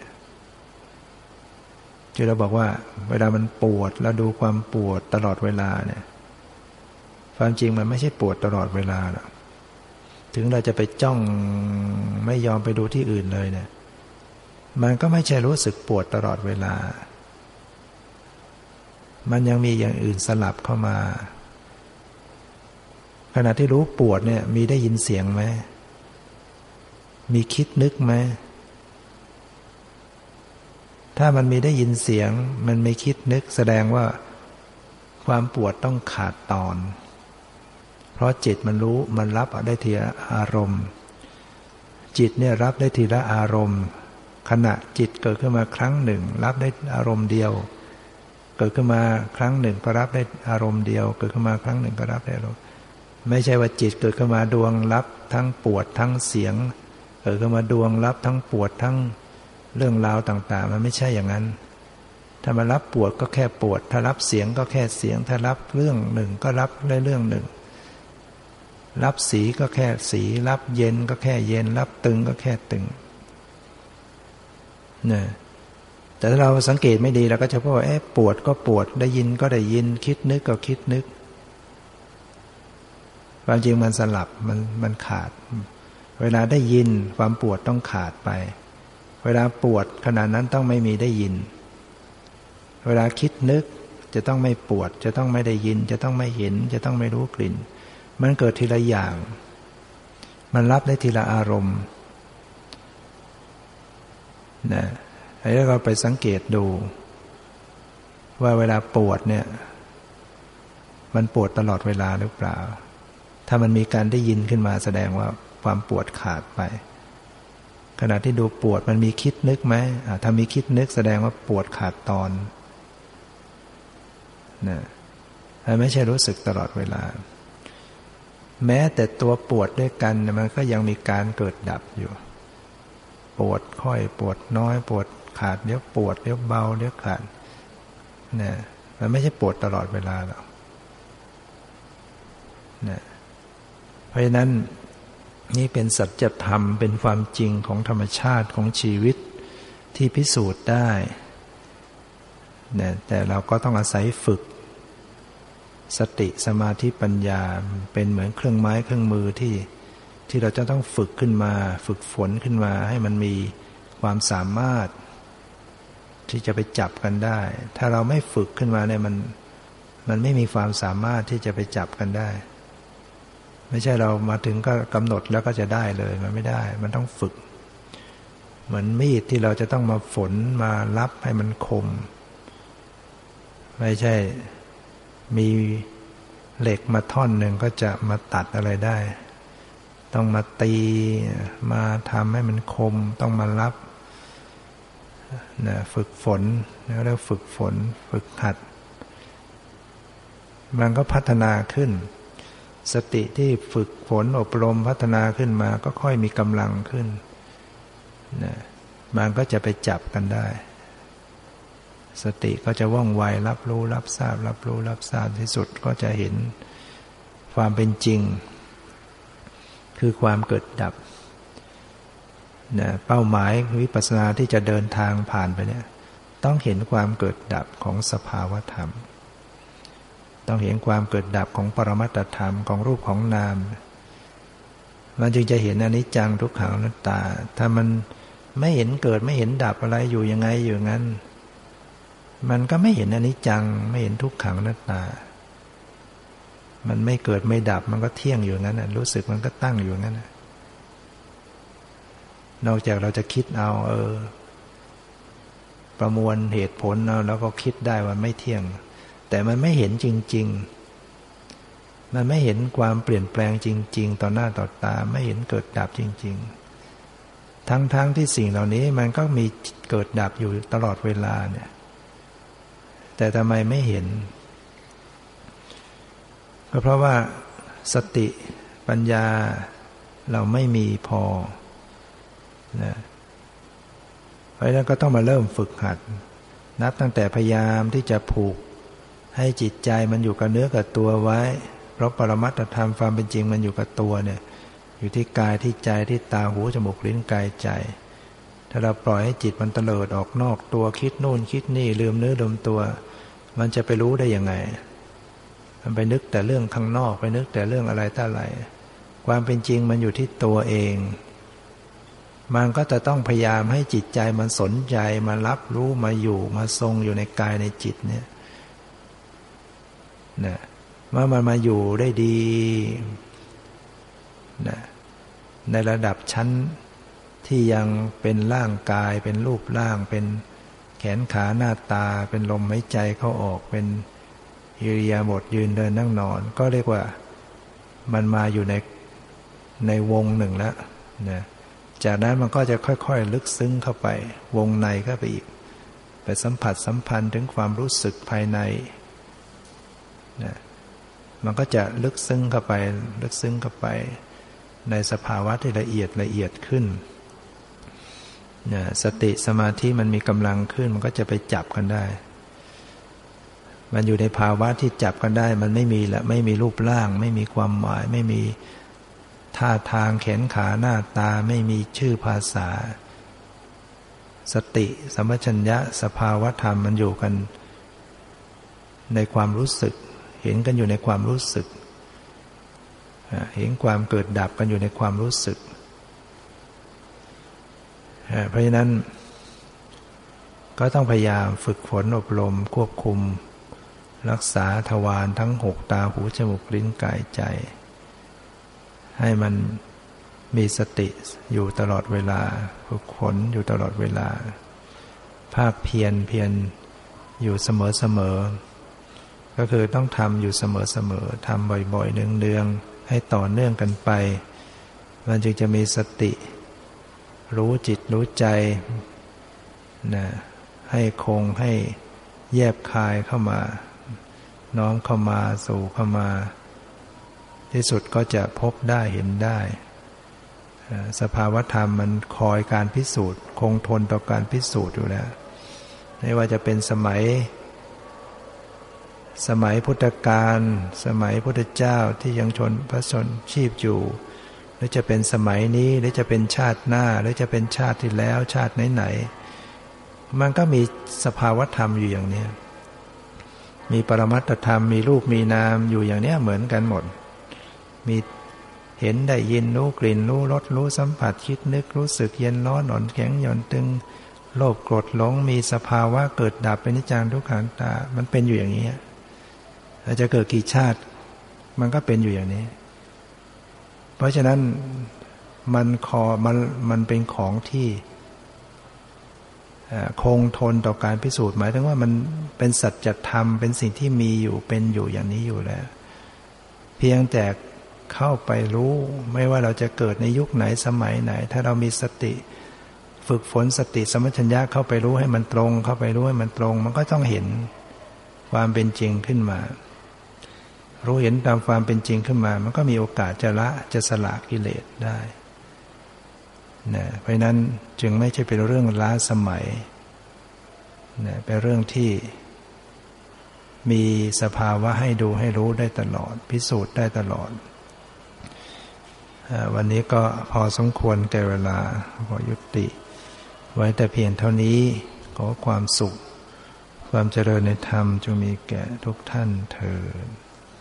ที่เราบอกว่าเวลามันปวดเราดูความปวดตลอดเวลาเนี่ยความจริงมันไม่ใช่ปวดตลอดเวลาหรอกถึงเราจะไปจ้องไม่ยอมไปดูที่อื่นเลยเนี่ยมันก็ไม่ใช่รู้สึกปวดตลอดเวลามันยังมีอย่างอื่นสลับเข้ามาขณะที่รู้ปวดเนี่ยมีได้ยินเสียงไหมมีคิดนึกไหมถ้ามันมีได้ยินเสียงมันไม่คิดนึกแสดงว่าความปวดต้องขาดตอนเพราะจิตมันรู้มันรับได้ทีละอารมณ์จิตเนี่ยรับได้ทีละอารมณ์ขณะจิตเกิดขึ้นมาครั้งหนึ่งรับได้อารมณ์เดียวเกิดขึ้นมาครั้งหนึ่งก็รับได้อารมณ์เดียวเกิดขึ้นมาครั้งหนึ่งก็รับได้อารมณ์ไม่ใช่ว่าจิตเกิดขึ้นมาดวงรับทั้งปวดทั้งเสียงเกิดขึ้นมาดวงรับทั้งปวดทั้งเรื่องราวต่างๆมันไม่ใช่อย่างนั้นถ้ามารับปวดก็แค่ปวดถ้ารับเสียงก็แค่เสียงถ้ารับเรื่องหนึ่งก็รับเรื่องหนึ่งรับสีก็แค่สีรับเย็นก็แค่เย็นรับตึงก็แค่ตึงเนี่ยแต่ถ้าเราสังเกตไม่ดีเราก็จะพบว่าปวดก็ปวดได้ยินก็ได้ยินคิดนึกก็คิดนึกความจริงมันสลับมันขาดเวลาได้ยินความปวดต้องขาดไปเวลาปวดขณะนั้นต้องไม่มีได้ยินเวลาคิดนึกจะต้องไม่ปวดจะต้องไม่ได้ยินจะต้องไม่เห็นจะต้องไม่รู้กลิ่นมันเกิดทีละอย่างมันรับได้ทีละอารมณ์นะให้เราไปสังเกตดูว่าเวลาปวดเนี่ยมันปวดตลอดเวลาหรือเปล่าถ้ามันมีการได้ยินขึ้นมาแสดงว่าความปวดขาดไปขณะที่ดูปวดมันมีคิดนึกไหมถ้ามีคิดนึกแสดงว่าปวดขาดตอนนะไม่ใช่รู้สึกตลอดเวลาแม้แต่ตัวปวดด้วยกันมันก็ยังมีการเกิดดับอยู่ปวดค่อยปวดน้อยปวดขาดเดี๋ยวปวดเดี๋ยวเบาเดี๋ยวขาดเนี่ยมันไม่ใช่ปวดตลอดเวลาหรอกเนี่ยเพราะฉะนั้นนี่เป็นสัจธรรมเป็นความจริงของธรรมชาติของชีวิตที่พิสูจน์ได้เนี่ยแต่เราก็ต้องอาศัยฝึกสติสมาธิปัญญาเป็นเหมือนเครื่องไม้เครื่องมือที่เราจะต้องฝึกขึ้นมาฝึกฝนขึ้นมาให้มันมีความสามารถที่จะไปจับกันได้ถ้าเราไม่ฝึกขึ้นมาเนี่ยมันไม่มีความสามารถที่จะไปจับกันได้ไม่ใช่เรามาถึงก็กำหนดแล้วก็จะได้เลยมันไม่ได้มันต้องฝึกเหมือนมีดที่เราจะต้องมาฝนมารับให้มันคมไม่ใช่มีเหล็กมาท่อนหนึ่งก็จะมาตัดอะไรได้ต้องมาตีมาทำให้มันคมต้องมารับนะฝึกฝนแล้วเราฝึกฝนฝึกหัดมันก็พัฒนาขึ้นสติที่ฝึกฝนอบรมพัฒนาขึ้นมาก็ค่อยมีกำลังขึ้นนะมันก็จะไปจับกันได้สติก็จะว่องไวรับรู้รับทราบรับรู้รับทราบที่สุดก็จะเห็นความเป็นจริงคือความเกิดดับนะเป้าหมายวิปัสสนาที่จะเดินทางผ่านไปเนี่ยต้องเห็นความเกิดดับของสภาวธรรมต้องเห็นความเกิดดับของปรมัตถธรรมของรูปของนามมันจึงจะเห็นอนิจจังทุกขังอนัตตาถ้ามันไม่เห็นเกิดไม่เห็นดับอะไรอยู่ยังไงอยู่งั้นมันก็ไม่เห็นอนิจจังไม่เห็นทุกขังอนัตตามันไม่เกิดไม่ดับมันก็เที่ยงอยู่งั้นรู้สึกมันก็ตั้งอยู่งั้นนอกจากเราจะคิดเอาประมวลเหตุผลเอาแล้วก็คิดได้ว่าไม่เที่ยงแต่มันไม่เห็นจริงๆมันไม่เห็นความเปลี่ยนแปลงจริงๆต่อหน้าต่อตาไม่เห็นเกิดดับจริงๆทั้งที่สิ่งเหล่านี้มันก็มีเกิดดับอยู่ตลอดเวลาเนี่ยแต่ทำไมไม่เห็นก็เพราะว่าสติปัญญาเราไม่มีพอนะเพราะฉะนั้นก็ต้องมาเริ่มฝึกหัดนับตั้งแต่พยายามที่จะผูกให้จิตใจมันอยู่กับเนื้อกับตัวไว้เพราะปรมัตถธรรมความเป็นจริงมันอยู่กับตัวเนี่ยอยู่ที่กายที่ใจที่ตาหูจมูกลิ้นกายใจถ้าเราปล่อยให้จิตมันเตลิดออกนอกตัวคิดนู่นคิดนี่ลืมเนื้อลืมตัวมันจะไปรู้ได้ยังไงมันไปนึกแต่เรื่องข้างนอกไปนึกแต่เรื่องอะไรต่ออะไรความเป็นจริงมันอยู่ที่ตัวเองมันก็จะต้องพยายามให้จิตใจมันสนใจมารับรู้มาอยู่มาทรงอยู่ในกายในจิตเนี่ยนะเมื่อมันมาอยู่ได้ดีนะในระดับชั้นที่ยังเป็นร่างกายเป็นรูปร่างเป็นแขนขาหน้าตาเป็นลมหายใจเข้าออกเป็นอิริยาบถยืนเดินนั่งนอนก็เรียกว่ามันมาอยู่ในวงหนึ่งแล้วนะจากนั้นมันก็จะค่อยๆลึกซึ้งเข้าไปวงในเข้าไปอีกไปสัมผัสสัมพันธ์ถึงความรู้สึกภายในนะมันก็จะลึกซึ้งเข้าไปลึกซึ้งเข้าไปในสภาวะที่ละเอียดละเอียดขึ้นนะสติสมาธิมันมีกำลังขึ้นมันก็จะไปจับกันได้มันอยู่ในภาวะที่จับกันได้มันไม่มีละไม่มีรูปร่างไม่มีความหมายไม่มีท่าทางแขนขาหน้าตาไม่มีชื่อภาษาสติสัมปชัญญะสภาวธรรมมันอยู่กันในความรู้สึกเห็นกันอยู่ในความรู้สึกเห็นความเกิดดับกันอยู่ในความรู้สึกเพราะฉะนั้นก็ต้องพยายามฝึกฝนอบรมควบคุมรักษาทวารทั้ง6ตาหูจมูกลิ้นกายใจให้มันมีสติอยู่ตลอดเวลาฝึกฝนอยู่ตลอดเวลาภาคเพียรอยู่เสมอก็คือต้องทำอยู่เสมอทำบ่อยๆเนืองๆให้ต่อเนื่องกันไปมันจึงจะมีสติรู้จิตรู้ใจนะให้คงให้แยบคายเข้ามาน้อมเข้ามาสู่เข้ามาที่สุดก็จะพบได้เห็นได้สภาวธรรมมันคอยการพิสูจน์คงทนต่อการพิสูจน์อยู่แล้วไม่ว่าจะเป็นสมัยพุทธกาลสมัยพุทธเจ้าที่ยังพระชนชีพอยู่หรือจะเป็นสมัยนี้หรือจะเป็นชาติหน้าหรือจะเป็นชาติที่แล้วชาติไหนๆมันก็มีสภาวธรรมอยู่อย่างนี้มีปรมัตถธรรมมีรูปมีนามอยู่อย่างนี้เหมือนกันหมดมีเห็นได้ยินรู้กลิ่นรู้รสรู้สัมผัสคิดนึกรู้สึกเย็นร้อนอ่อนแข็งหย่อนตึงโลภโกรธหลงมีสภาวะเกิดดับเป็นนิจจังทุกขังอนัตตามันเป็นอยู่อย่างนี้อาจจะเกิดกี่ชาติมันก็เป็นอยู่อย่างนี้เพราะฉะนั้นมันเป็นของที่คงทนต่อการพิสูจน์หมายถึงว่ามันเป็นสัจธรรมเป็นสิ่งที่มีอยู่เป็นอยู่อย่างนี้อยู่แล้วเพียงแต่เข้าไปรู้ไม่ว่าเราจะเกิดในยุคไหนสมัยไหนถ้าเรามีสติฝึกฝนสติสัมปชัญญะเข้าไปรู้ให้มันตรงเข้าไปรู้ให้มันตรงมันก็ต้องเห็นความเป็นจริงขึ้นมารู้เห็นตามความเป็นจริงขึ้นมามันก็มีโอกาสจะสละกิเลสได้นะเพราะนั้นจึงไม่ใช่เป็นเรื่องล้าสมัยนะเป็นเรื่องที่มีสภาวะให้ดูให้รู้ได้ตลอดพิสูจน์ได้ตลอดวันนี้ก็พอสมควรแก่เวลาขอยุติไว้แต่เพียงเท่านี้ขอความสุขความเจริญในธรรมจงมีแก่ทุกท่านเทอญ